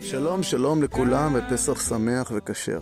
שלום, שלום לכולם ופסח שמח וכשר.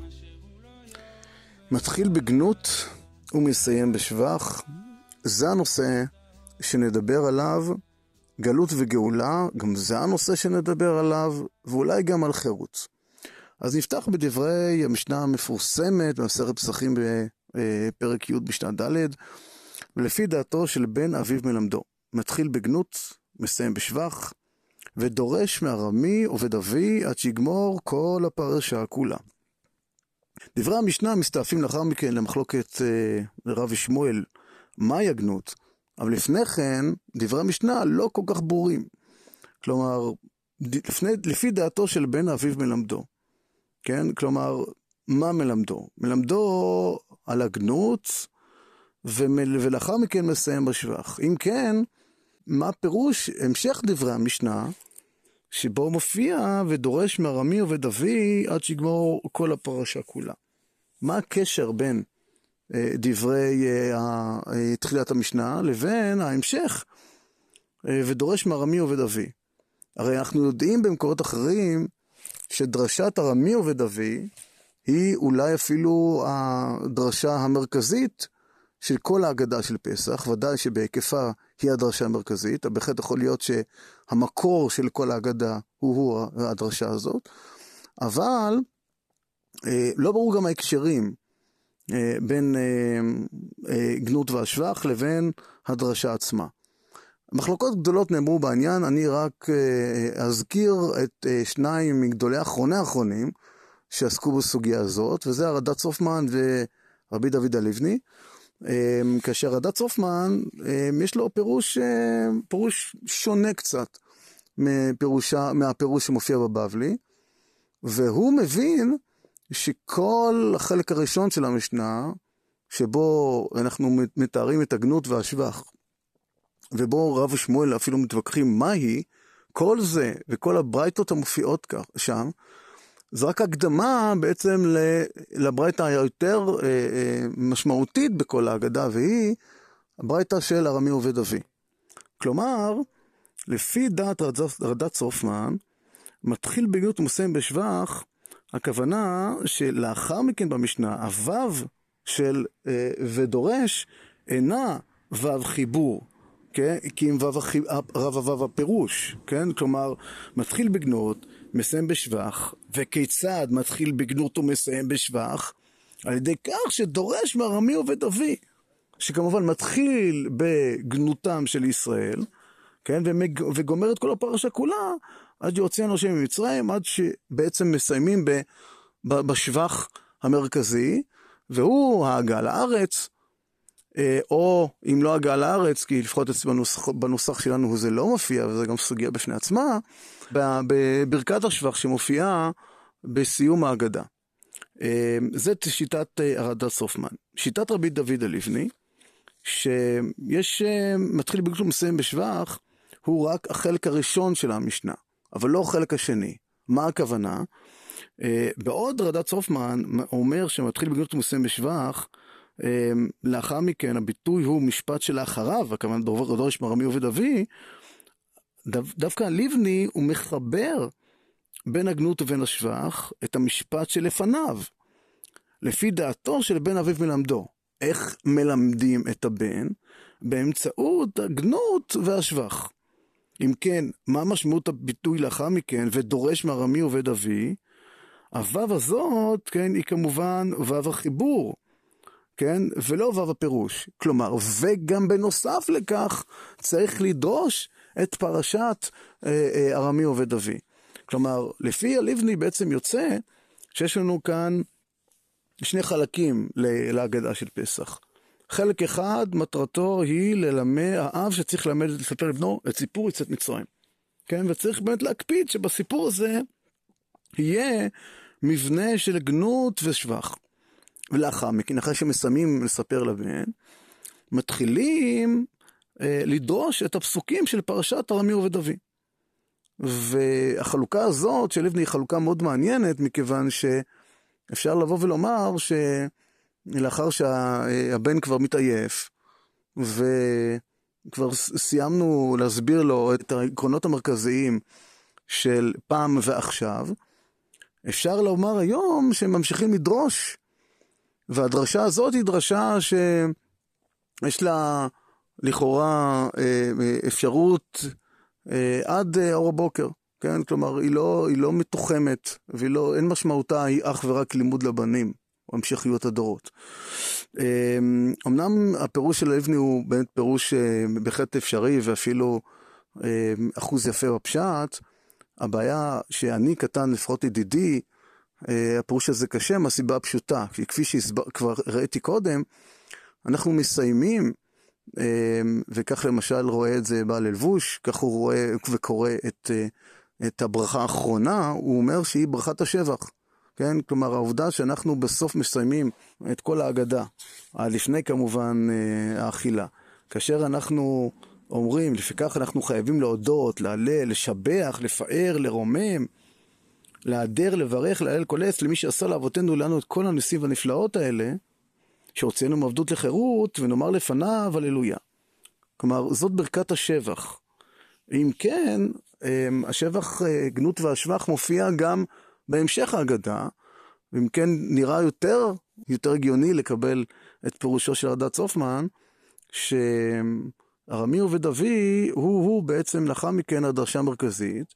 מתחיל בגנות ומסיים בשבח. זה הנושא שנדבר עליו, גלות וגאולה, גם זה הנושא שנדבר עליו, ואולי גם על חירות. אז נפתח בדברי המשנה המפורסמת במסכת פסחים בפרק י' משנה ד', ולפי דעתו של בן אביו מלמדו. מתחיל בגנות, מסיים בשבח, ודורש מארמי עובד אבי עד שיגמור כל הפרשה כולה. דברי המשנה מסתעפים לאחר מכן למחלוקת רבי שמואל, מהי הגנות? אבל לפני כן, דברי המשנה לא כל כך ברורים. כלומר, לפי דעתו של בן אביו מלמדו. כן? כלומר, מה מלמדו? מלמדו על הגנות, ולאחר מכן מסיים בשבח. אם כן, מה פירוש המשך דברי המשנה, שבו מופיע ודורש מארמי עובד אבי עד שיגמור כל הפרשה כולה? מה הקשר בין דברי תחילת המשנה לבין ההמשך ודורש מארמי עובד אבי? הרי אנחנו יודעים במקורות אחרים שדרשת ארמי עובד אבי היא אולי אפילו הדרשה המרכזית של כל ההגדה של פסח, ודאי שבהיקפה היא הדרשה המרכזית, בהחלט יכול להיות שהמקור של כל ההגדה הוא הדרשה הזאת, אבל לא ברור גם ההקשרים בין גנות והשבח לבין הדרשה עצמה. מחלוקות גדולות נאמרו בעניין, אני רק אזכיר את שניים מגדולי האחרונים שעסקו בסוגיה הזאת, וזה הרד"צ צופמן ורבי דוד הלבני. כאשר רד"צ צופמן יש לו פירוש שונה קצת מהפירוש שמופיע בבבלי, והוא מבין שכל החלק הראשון של המשנה, שבו אנחנו מתארים את הגנות והשבח, ובו רב ושמואל אפילו מתווכחים מהי, כל זה וכל הברייתות המופיעות שם, זה רק הקדמה בעצם לברייתא היותר משמעותית בכל ההגדה, והיא הברייתא של ארמי עובד אבי. כלומר, לפי דעת רד"צ צופמן, מתחיל בגנות ומסיים בשבח, הכוונה שלאחר מכן במשנה, הוו של ודורש אינה וו חיבור, כן? כי אם וו הפירוש, כן? כלומר, מתחיל בגנות, מסיים בשבח, וכיצד מתחיל בגנות ומסיים בשבח? על ידי כך שדורש מארמי עובד אבי, שכמובן מתחיל בגנותם של ישראל, כן? וגומר את כל הפרשה כולה, עד שיוציאנו השם ממצרים, עד שבעצם מסיימים בשבח המרכזי, והוא ההגעה לארץ, או אם לא הגעה לארץ, כי לפחות בנוסח שלנו זה לא מופיע, וזה גם סוגיה בפני עצמה, בברכת השבח שמופיעה בסיום ההגדה. זה שיטת הרד"צ צופמן. שיטת רבי דוד הלבני, שיש מתחיל בגנות ומסיים בשבח, הוא רק החלק הראשון של המשנה, אבל לא החלק השני. מה הכוונה? בעוד רד"צ צופמן אומר שמתחיל בגנות ומסיים בשבח, לאחר מכן הביטוי הוא משפט שלאחריו, הכוונה דורש מארמי עובד אבי, דווקא הלבני הוא מחבר בין הגנות ובין השבח את המשפט שלפניו, לפי דעתו של בן אביו מלמדו. איך מלמדים את הבן? באמצעות הגנות והשבח. אם כן, מה משמעות הביטוי לאחר מכן, ודורש מארמי עובד אבי? הוו הזאת, כן, היא כמובן וו החיבור, כן, ולא וו הפירוש. כלומר, וגם בנוסף לכך, צריך לדרוש את פרשת ארמי עובד אבי. כלומר, לפי הלבני בעצם יוצא שיש לנו כאן שני חלקים להגדה של פסח. חלק אחד, מטרתו היא ללמד, האב שצריך לספר לבנו את סיפור יציאת מצרים. כן, וצריך באמת להקפיד שבסיפור הזה יהיה מבנה של גנות ושבח. ולאחר מכן, אחרי שמסיימים לספר לבן, מתחילים לדרוש את הפסוקים של פרשת ארמי עובד אבי. והחלוקה הזאת של לבני היא חלוקה מאוד מעניינת, מכיוון שאפשר לבוא ולומר שלאחר שהבן כבר מתעייף, וכבר סיימנו להסביר לו את העקרונות המרכזיים של פעם ועכשיו, אפשר לומר היום שהם ממשיכים לדרוש, והדרשה הזאת היא דרשה שיש לה לכאורה אפשרות עד אור הבוקר, כן? כלומר, היא לא מתוחמת, ואין משמעותה, היא אך ורק לימוד לבנים, או המשכיות הדורות. אמנם הפירוש של לבני הוא באמת פירוש בהחלט אפשרי, ואפילו אחוז יפה בפשט. הבעיה שאני קטן, לפחות ידידי, הפירוש הזה קשה מהסיבה הפשוטה, כי כפי שכבר ראיתי קודם, אנחנו מסיימים, וכך למשל רואה את זה בעל הלבוש, כך הוא רואה וקורא את הברכה האחרונה, הוא אומר שהיא ברכת השבח. כן? כלומר, העובדה שאנחנו בסוף מסיימים את כל ההגדה, לפני כמובן האכילה. כאשר אנחנו אומרים, לפיכך אנחנו חייבים להודות, להלל, לשבח, לפאר, לרומם, להדר, לברך, להלל כל עץ, למי שעשה לאבותינו לנו את כל הניסים והנפלאות האלה, שהוצאנו מעבדות לחירות, ונאמר לפניו, הללויה. כלומר, זאת ברכת השבח. אם כן, השבח, גנות והשבח מופיע גם בהמשך ההגדה, ואם כן נראה יותר הגיוני לקבל את פירושו של רד"צ צופמן, שהרמי עובד אבי הוא בעצם לאחר מכן הדרשה המרכזית,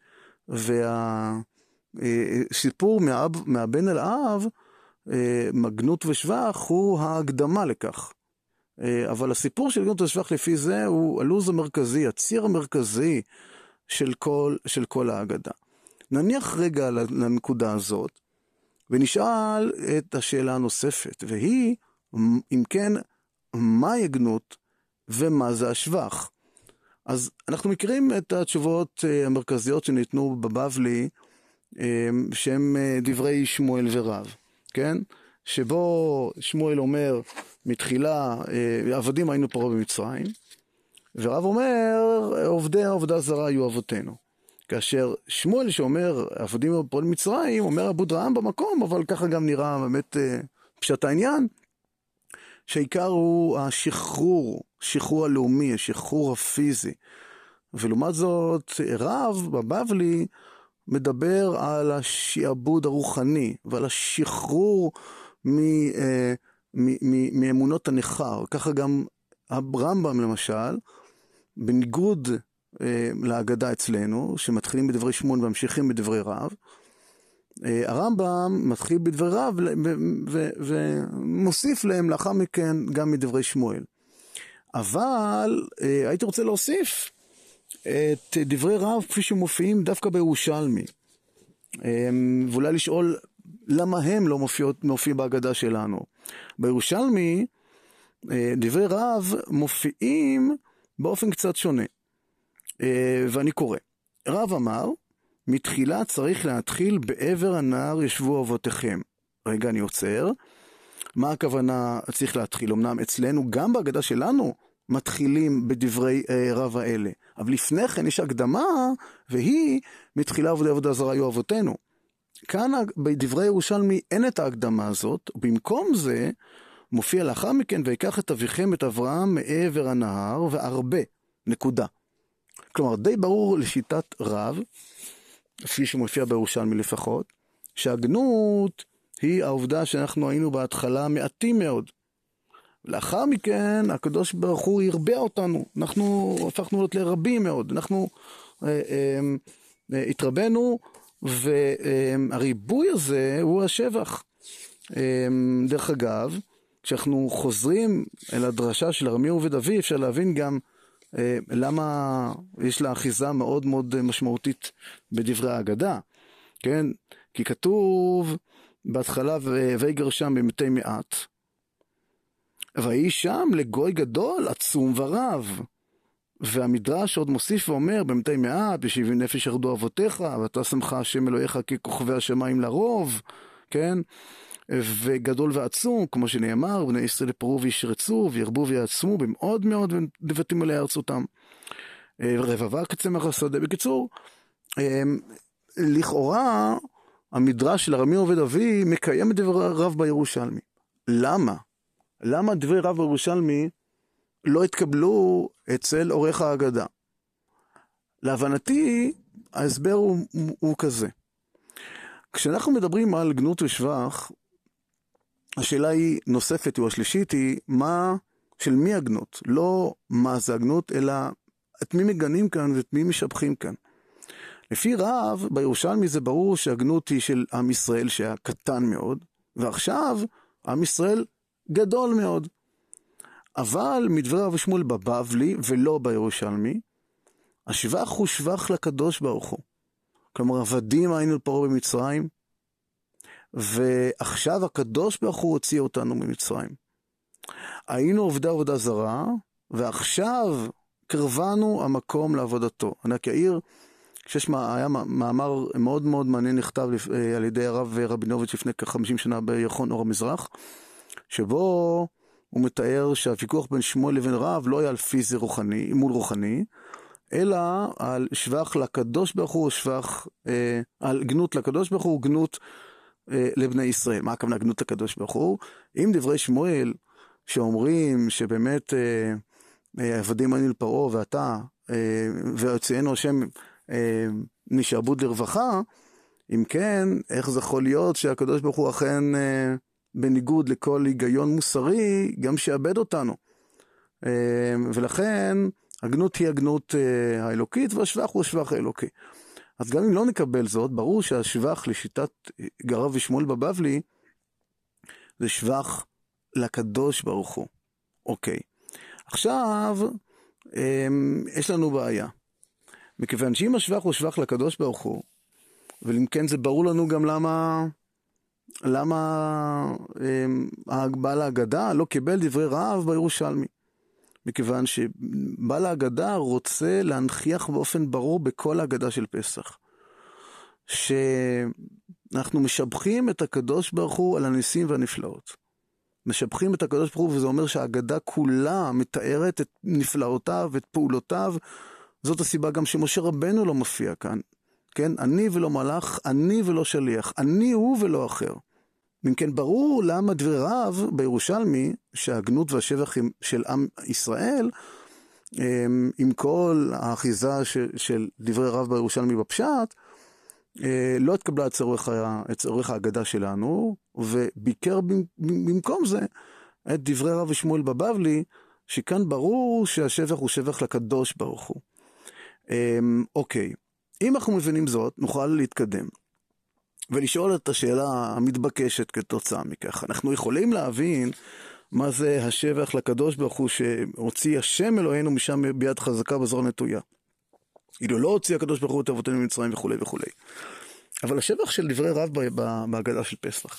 והסיפור מהבן אל האב, גנות ושבח, הוא ההקדמה לכך. אבל הסיפור של גנות ושבח לפי זה הוא הלוז המרכזי, הציר המרכזי של כל ההגדה. נניח רגע לנקודה הזאת, ונשאל את השאלה הנוספת, והיא, אם כן, מהי הגנות ומה זה השבח? אז אנחנו מכירים את התשובות המרכזיות שניתנו בבבלי, שהם דברי שמואל ורב, כן? שבו שמואל אומר, מתחילה, עבדים היינו פרעה במצרים, ורב אומר, עובדי העבודה זרה היו אבותינו. כאשר שמואל שאומר, עבדים פרעה במצרים, אומר עבוד רעם במקום, אבל ככה גם נראה באמת פשט העניין, שהעיקר הוא שחרור הלאומי, השחרור הפיזי. ולעומת זאת, רב בבבלי מדבר על השעבוד הרוחני, ועל השחרור מאמונות הנחר. ככה גם הרמב"ם למשל, בניגוד להגדה אצלנו, שמתחילים בדברי שמואל וממשיכים בדברי רב, הרמב"ם מתחיל בדברי רב ומוסיף להם לאחר מכן גם מדברי שמואל. אבל הייתי רוצה להוסיף את דברי רב כפי שמופיעים דווקא בירושלמי, ואולי לשאול למה הם לא מופיעים בהגדה שלנו. בירושלמי דברי רב מופיעים באופן קצת שונה, ואני קורא. רב אמר, מתחילה צריך להתחיל בעבר הנהר ישבו אבותיכם. רגע, אני עוצר. מה הכוונה צריך להתחיל? אמנם אצלנו, גם בהגדה שלנו, מתחילים בדברי רב האלה. אבל לפני כן יש הקדמה, והיא מתחילה עבודה זרה היו אבותינו. כאן בדברי ירושלמי אין את ההקדמה הזאת, ובמקום זה מופיע לאחר מכן, ויקח את אביכם את אברהם מעבר הנהר, והרבה, נקודה. כלומר, די ברור לשיטת רב, כפי שמופיע בירושלמי לפחות, שהגנות היא העובדה שאנחנו היינו בהתחלה מעטים מאוד. לאחר מכן, הקדוש ברוך הוא ירבה אותנו. אנחנו הפכנו להיות לרבים מאוד. אנחנו התרבנו, והריבוי הזה הוא השבח. דרך אגב, כשאנחנו חוזרים אל הדרשה של הרמי עובד אבי, אפשר להבין גם למה יש לה אחיזה מאוד מאוד משמעותית בדברי ההגדה. כן? כי כתוב בהתחלה ויגר שם במתי מעט, ויהי שם לגוי גדול עצום ורב. והמדרש עוד מוסיף ואומר במתי מעט, ב70 נפש ירדו אבותיך, ואתה שמחה השם אלוהיך ככוכבי השמיים לרוב, כן? וגדול ועצום, כמו שנאמר, בני ישראל יפרו וישרצו וירבו ויעצמו במאוד מאוד ונבטים עלי ארצותם. רבבה כצמח השדה. בקיצור, לכאורה המדרש של הרמי עובד אבי מקיים את דברי רב בירושלמי. למה? למה דברי רב בירושלמי לא התקבלו אצל עורך ההגדה? להבנתי, ההסבר הוא כזה. כשאנחנו מדברים על גנות ושבח, השאלה היא נוספת, או השלישית היא, של מי הגנות? לא מה זה הגנות, אלא את מי מגנים כאן ואת מי משבחים כאן. לפי רב, בירושלמי זה ברור שהגנות היא של עם ישראל שהיה קטן מאוד, ועכשיו עם ישראל גדול מאוד. אבל מדברי רב שמואל בבבלי ולא בירושלמי, השבח הוא שבח לקדוש ברוך הוא. כלומר, עבדים היינו לפרעה במצרים, ועכשיו הקדוש ברוך הוא הוציא אותנו ממצרים. היינו עובדי עבודה זרה, ועכשיו קרבנו המקום לעבודתו. אני רק אעיר, היה מאמר מאוד מאוד מעניין נכתב על ידי הרב רבינוביץ' לפני כ-50 שנה בירחון אור המזרח, שבו הוא מתאר שהוויכוח בין שמואל לבין רב לא היה על פיזי רוחני, מול רוחני, אלא על שבח לקדוש ברוך הוא, על גנות לקדוש ברוך הוא, גנות לבני ישראל. מה הכוונה גנות לקדוש ברוך הוא? אם דברי שמואל שאומרים שבאמת עבדים היינו לפרעה ואתה והוציאנו השם משעבוד לרווחה, אם כן, איך זה יכול להיות שהקדוש ברוך הוא אכן בניגוד לכל היגיון מוסרי גם שעבד אותנו? ולכן הגנות היא הגנות האלוקית והשבח הוא השבח האלוקי. אז גם אם לא נקבל זאת, ברור שהשבח לשיטת הרב שמואל בבבלי זה שבח לקדוש ברוך הוא. אוקיי. עכשיו יש לנו בעיה. מכיוון שאם השבח הוא שבח לקדוש ברוך הוא, ואם כן זה ברור לנו גם למה בעל ההגדה לא קיבל דברי רב בירושלמי. מכיוון שבעל ההגדה רוצה להנכיח באופן ברור בכל ההגדה של פסח, שאנחנו משבחים את הקדוש ברוך הוא על הניסים והנפלאות. משבחים את הקדוש ברוך הוא, וזה אומר שההגדה כולה מתארת את נפלאותיו ואת פעולותיו. זאת הסיבה גם שמשה רבנו לא מופיע כאן. כן? אני ולא מלאך, אני ולא שליח, אני הוא ולא אחר. אם כן, ברור למה דברי רב בירושלמי, שהגנות והשבח של עם ישראל, עם כל האחיזה של דברי רב בירושלמי בפשט, לא התקבלה את צורך ההגדה שלנו, וביקר במקום זה את דברי רב שמואל בבבלי, שכאן ברור שהשבח הוא שבח לקדוש ברוך הוא. אוקיי, אם אנחנו מבינים זאת, נוכל להתקדם. ולשאול את השאלה המתבקשת כתוצאה מכך. אנחנו יכולים להבין מה זה השבח לקדוש ברוך הוא שהוציא השם אלוהינו משם ביד חזקה בזרוע נטויה. אילו לא הוציא הקדוש ברוך הוא את אבותינו ממצרים וכו' וכו'. אבל השבח של דברי רב בהגדה של פסח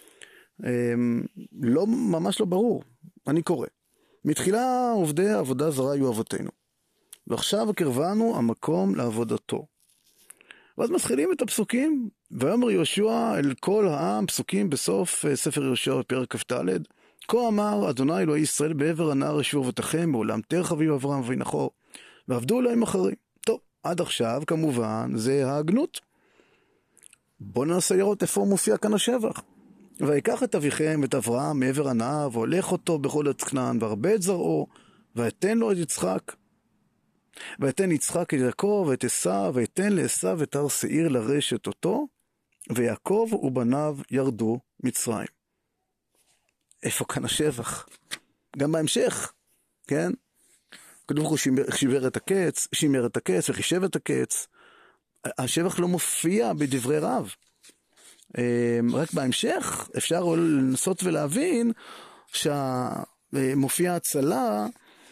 ממש לא ברור. אני קורא. מתחילה עובדי עבודה זרה היו אבותינו. ועכשיו קרבנו המקום לעבודתו. ואז מתחילים את הפסוקים, ואומר יהושע אל כל העם, פסוקים בסוף ספר יהושע בפרק כ"ד, כה אמר אדוני אלוהי ישראל בעבר הנהר ישבו אבותיכם, בעולם תרחביו אברהם ונחור, ועבדו להם אחרים. טוב, עד עכשיו כמובן זה ההגנות. בואו ננסה לראות איפה מופיע כאן השבח. ויקח את אביכם ואת אברהם מעבר הנהר, והולך אותו בכל ארץ כנען, והרבה את זרעו, ויתן לו את יצחק. ויתן יצחק את יעקב ואת עשיו, ויתן לעשיו את הר שעיר לרשת אותו, ויעקב ובניו ירדו מצרים. איפה כאן השבח? גם בהמשך, כן? כתוב הוא שימר את הקץ וחישב את הקץ. השבח לא מופיע בדברי רב. רק בהמשך אפשר לנסות ולהבין שמופיע הצלה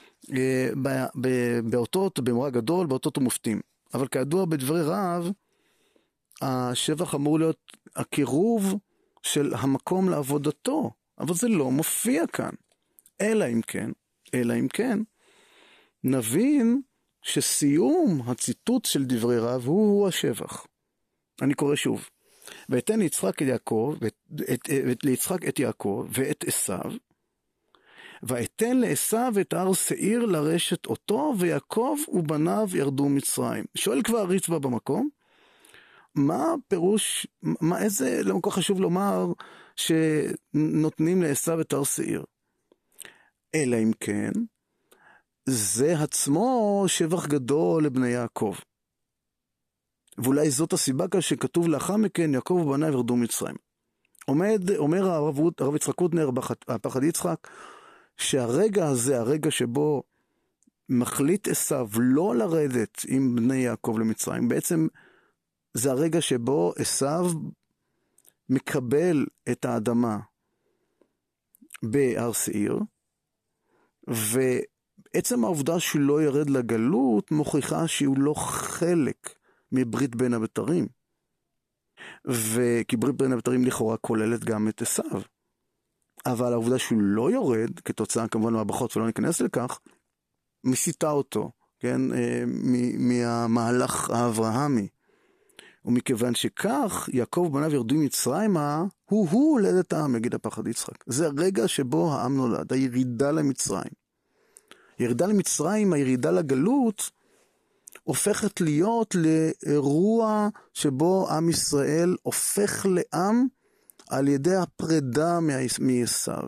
באותות, במורה גדול, באותות ומופתים. אבל כידוע בדברי רב, השבח אמור להיות הקירוב של המקום לעבודתו, אבל זה לא מופיע כאן. אלא אם כן, נבין שסיום הציטוט של דברי רב הוא השבח. אני קורא שוב. ויתן ליצחק את יעקב ואת עשיו, ויתן לעשיו את הר שעיר לרשת אותו, ויעקב ובניו ירדו מצרים. שואל כבר ריצבה במקום, מה פירוש, למה כל חשוב לומר שנותנים לעשיו את הר שעיר? אלא אם כן, זה עצמו שבח גדול לבני יעקב. ואולי זאת הסיבה שכתוב לאחר מכן, יעקב ובניו ירדו מצרים. אומר הרב יצחק קוטנר, הפחד יצחק, שהרגע הזה, הרגע שבו מחליט עשיו לא לרדת עם בני יעקב למצרים, בעצם זה הרגע שבו עשיו מקבל את האדמה בהר שעיר, ועצם העובדה שהוא לא ירד לגלות מוכיחה שהוא לא חלק מברית בין הבתרים. כי ברית בין הבתרים לכאורה כוללת גם את עשיו. אבל העובדה שהוא לא יורד, כתוצאה כמובן מהברכות ולא ניכנס לכך, מסיטה אותו, כן, מהמהלך האברהמי. ומכיוון שכך, יעקב ובניו ירדו מצרימה, הוא הולדת העם, יגיד הפחד יצחק. זה הרגע שבו העם נולד, הירידה למצרים. ירידה למצרים, הירידה לגלות, הופכת להיות לאירוע שבו עם ישראל הופך לעם על ידי הפרידה מעשיו.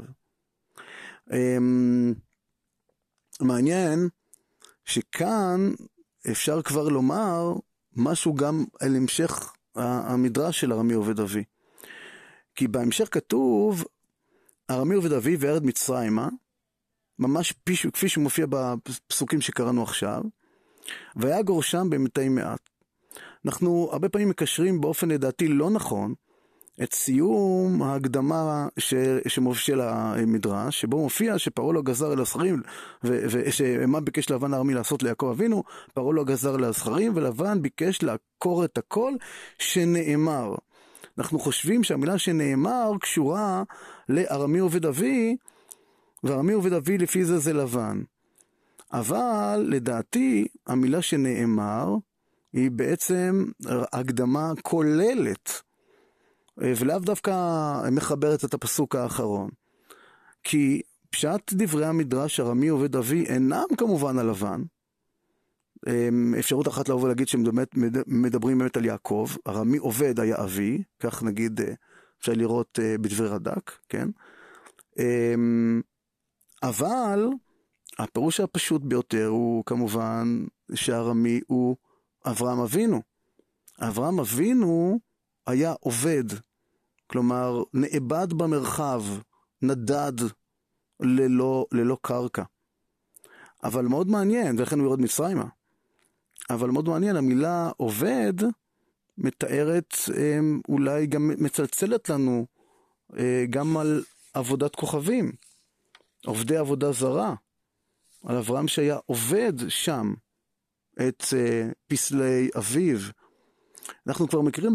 מעניין שכאן אפשר כבר לומר משהו גם על המשך המדרש של ארמי עובד אבי. כי בהמשך כתוב, ארמי עובד אבי וירד מצרימה, ממש כפי שמופיע בפסוקים שקראנו עכשיו, והיה גורשם במתי מעט. אנחנו הרבה פעמים מקשרים באופן לדעתי לא נכון, את סיום ההקדמה שמופיע למדרש, שבו מופיע שפרעה לא גזר אל הזכרים, ומה ביקש לבן הארמי לעשות ליעקב אבינו, פרעה לא גזר אל הזכרים, ולבן ביקש לעקור את הכל שנאמר. אנחנו חושבים שהמילה שנאמר קשורה לארמי עובד אבי, וארמי עובד אבי לפי זה לבן. אבל לדעתי המילה שנאמר היא בעצם הקדמה כוללת, ולאו דווקא מחברת את הפסוק האחרון. כי פשט דברי המדרש ארמי עובד אבי אינם כמובן על לבן. אפשרות אחת לבוא ולהגיד שהם מדברים באמת על יעקב, ארמי עובד היה אבי, כך נגיד אפשר לראות בדברי רד"ק, כן? אבל הפירוש הפשוט ביותר הוא כמובן שארמי הוא אברהם אבינו. אברהם אבינו היה עובד, כלומר נאבד במרחב, נדד ללא קרקע. אבל מאוד מעניין, ולכן הוא יורד מצרימה. אבל מאוד מעניין, המילה עובד מתארת, אולי גם מצלצלת לנו גם על עבודת כוכבים, עובדי עבודה זרה, על אברהם שהיה עובד שם את פסלי אביו. אנחנו כבר מכירים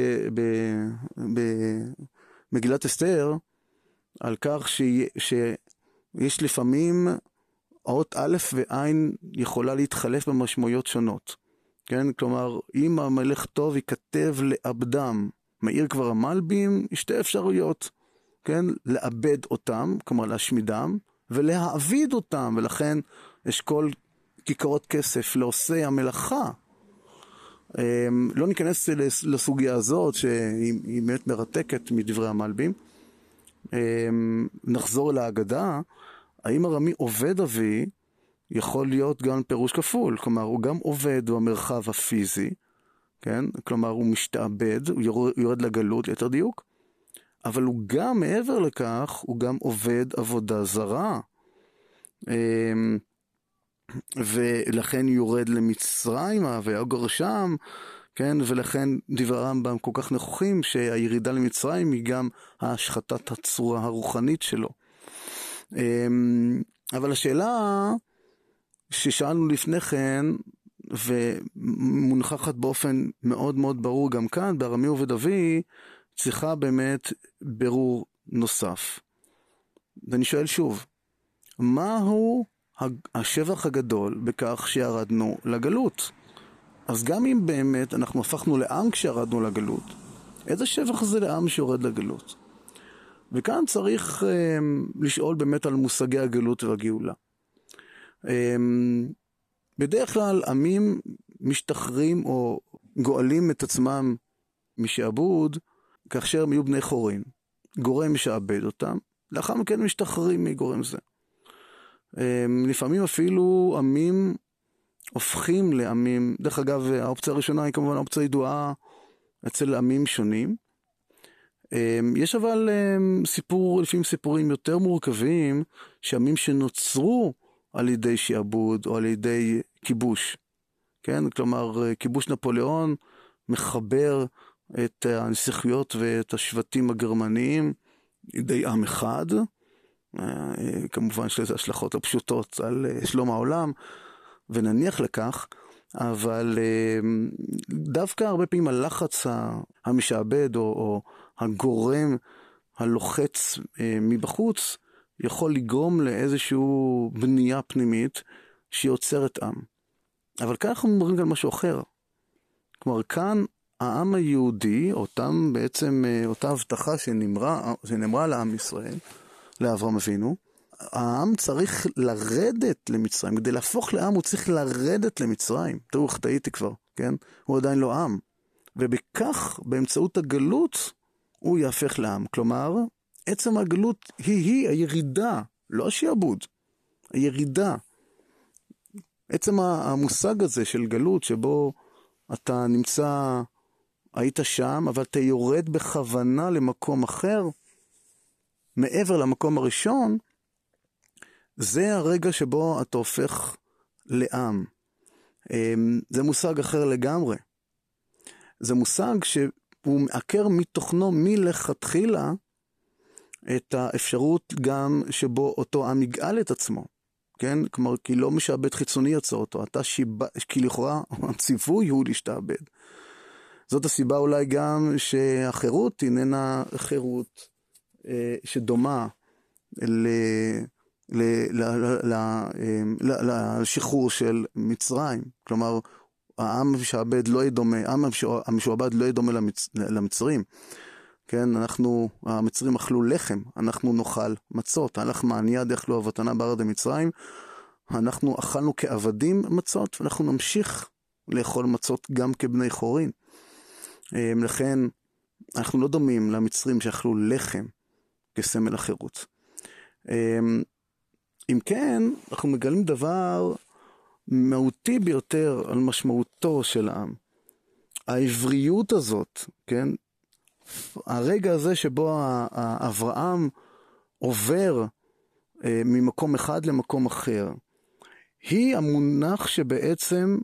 במגילת אסתר על כך שיש לפעמים האות א' ועין יכולה להתחלף במשמעויות שונות. כן? כלומר, אם המלך טוב ייכתב לאבדם, מאיר כבר המלבים, יש שתי אפשרויות. כן? לאבד אותם, כלומר להשמידם, ולהעביד אותם, ולכן יש כל כיכרות כסף לעושי המלאכה. לא ניכנס לסוגיה הזאת, שהיא באמת מרתקת מדברי המלבים. נחזור להגדה, האם ארמי עובד אבי יכול להיות גם פירוש כפול, כלומר הוא גם עובד במרחב הפיזי, כן? כלומר הוא משתעבד, הוא יורד לגלות יותר דיוק, אבל הוא גם מעבר לכך, הוא גם עובד עבודה זרה, ולכן יורד למצרים ויגור שם, כן? ולכן דברי הרמב"ם כל כך נכוחים שהירידה למצרים היא גם ההשחתת הצורה הרוחנית שלו. אבל השאלה ששאלנו לפני כן, ומונחחת באופן מאוד מאוד ברור גם כאן, בארמי עובד אבי, צריכה באמת ברור נוסף. ואני שואל שוב, מהו השבח הגדול בכך שירדנו לגלות? אז גם אם באמת אנחנו הפכנו לעם כשירדנו לגלות, איזה שבח זה לעם שיורד לגלות? וכאן צריך לשאול באמת על מושגי הגלות והגאולה. בדרך כלל עמים משתחררים או גואלים את עצמם משעבוד, כאשר הם יהיו בני חורין. גורם משעבד אותם, לאחר מכן משתחררים מגורם זה. לפעמים אפילו עמים הופכים לעמים, דרך אגב, האופציה הראשונה היא כמובן האופציה ידועה אצל עמים שונים. יש אבל לפעמים סיפורים יותר מורכבים, שעמים שנוצרו על ידי שיעבוד או על ידי כיבוש. כן? כלומר, כיבוש נפוליאון מחבר את הנסיכויות ואת השבטים הגרמניים לידי עם אחד. כמובן שיש השלכות לא פשוטות על שלום העולם, ונניח לכך, אבל דווקא הרבה פעמים הלחץ המשעבד או הגורם הלוחץ מבחוץ יכול לגרום לאיזשהו בנייה פנימית שיוצרת עם. אבל כאן אנחנו מדברים על משהו אחר. כלומר, כאן העם היהודי, אותה הבטחה שנאמרה לעם ישראל, לאברהם אבינו, העם צריך לרדת למצרים. כדי להפוך לעם הוא צריך לרדת למצרים. תראו איך טעיתי כבר, כן? הוא עדיין לא עם. ובכך, באמצעות הגלות, הוא יהפך לעם. כלומר, עצם הגלות היא הירידה, לא השיעבוד. הירידה. עצם המושג הזה של גלות, שבו אתה נמצא, היית שם, אבל אתה יורד בכוונה למקום אחר, מעבר למקום הראשון, זה הרגע שבו אתה הופך לעם. זה מושג אחר לגמרי. זה מושג שהוא מעקר מתוכנו מלכתחילה את האפשרות גם שבו אותו עם יגאל את עצמו. כן? כלומר, כי לא משעבד חיצוני יצא אותו. כי לכאורה הציווי הוא להשתעבד. זאת הסיבה אולי גם שהחירות איננה חירות שדומה לשחרור של מצרים. כלומר, העם המשועבד לא ידומה למצרים. כן, המצרים אכלו לחם, אנחנו נאכל מצות. הלך מענייה דאכלו אבותינו בארץ מצרים. אנחנו אכלנו כעבדים מצות, ואנחנו נמשיך לאכול מצות גם כבני חורין. לכן, אנחנו לא דומים למצרים שאכלו לחם כסמל החירות. אם כן, אנחנו מגלים דבר מהותי ביותר על משמעותו של העם. העבריות הזאת, כן? הרגע הזה שבו אברהם עובר ממקום אחד למקום אחר, היא המונח שבעצם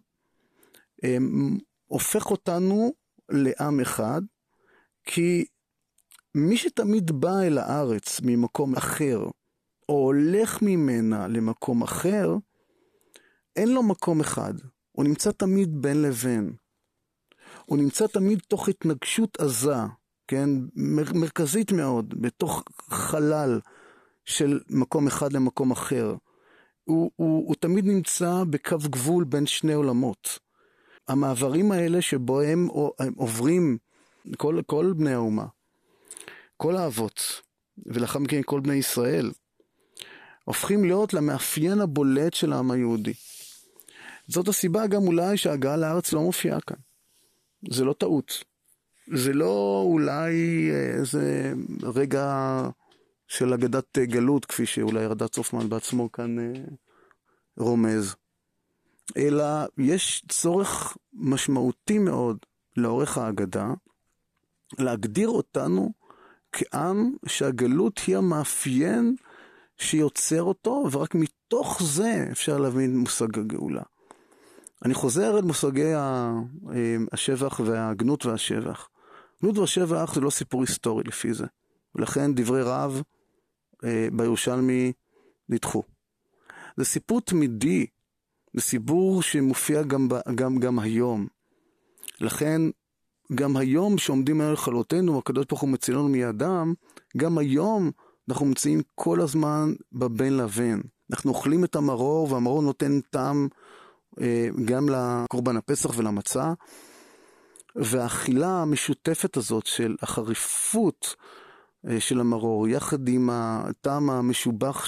הופך אותנו לעם אחד, כי מי שתמיד בא אל הארץ ממקום אחר, או הולך ממנה למקום אחר, אין לו מקום אחד. הוא נמצא תמיד בין לבין. הוא נמצא תמיד תוך התנגשות עזה, כן? מרכזית מאוד, בתוך חלל של מקום אחד למקום אחר. הוא תמיד נמצא בקו גבול בין שני עולמות. המעברים האלה שבו הם עוברים כל בני האומה, כל האבות, ולאחר מכן כל בני ישראל, הופכים להיות למאפיין הבולט של העם היהודי. זאת הסיבה גם אולי שההגעה לארץ לא מופיעה כאן. זה לא טעות. זה לא אולי איזה רגע של אגדת גלות, כפי שאולי רד"צ צופמן בעצמו כאן רומז. אלא יש צורך משמעותי מאוד לאורך האגדה, להגדיר אותנו כעם שהגלות היא המאפיין שיוצר אותו, ורק מתוך זה אפשר להבין מושג הגאולה. אני חוזר אל מושגי השבח והגנות והשבח. גנות והשבח זה לא סיפור היסטורי לפי זה, ולכן דברי רב בירושלמי נדחו. זה סיפור תמידי, זה סיפור שמופיע גם היום. לכן גם היום שעומדים על חלותינו, הקדוש ברוך הוא מצילנו מידם, גם היום אנחנו מציעים כל הזמן בבין לבין. אנחנו אוכלים את המרור, והמרור נותן טעם גם לקורבן הפסח ולמצה, והאכילה המשותפת הזאת של החריפות של המרור, יחד עם הטעם המשובח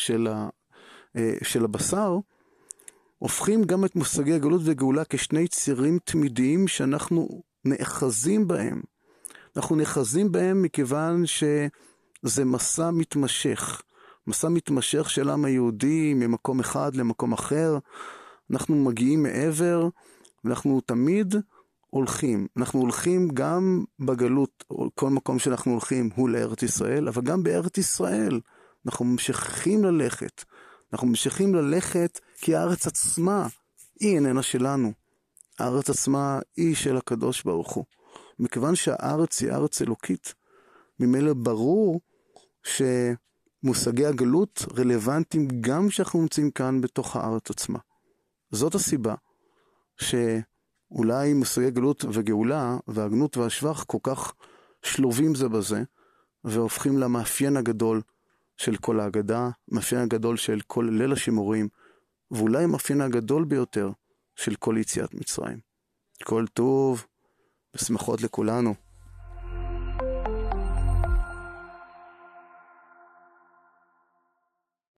של הבשר, הופכים גם את מושגי הגלות וגאולה כשני צירים תמידיים שאנחנו נאחזים בהם. אנחנו נאחזים בהם מכיוון שזה מסע מתמשך. מסע מתמשך של העם היהודי ממקום אחד למקום אחר. אנחנו מגיעים מעבר, ואנחנו תמיד הולכים. אנחנו הולכים גם בגלות, כל מקום שאנחנו הולכים הוא לארץ ישראל, אבל גם בארץ ישראל אנחנו ממשיכים ללכת. אנחנו ממשיכים ללכת כי הארץ עצמה היא איננה שלנו. הארץ עצמה היא של הקדוש ברוך הוא. מכיוון שהארץ היא ארץ אלוקית, ממילא ברור שמושגי הגלות רלוונטיים גם כשאנחנו נמצאים כאן בתוך הארץ עצמה. זאת הסיבה שאולי מושגי גלות וגאולה והגנות והשבח כל כך שלובים זה בזה, והופכים למאפיין הגדול של כל ההגדה, מאפיין הגדול של כל ליל השימורים, ואולי המאפיין הגדול ביותר של כל יציאת מצרים. כל טוב ושמחות לכולנו.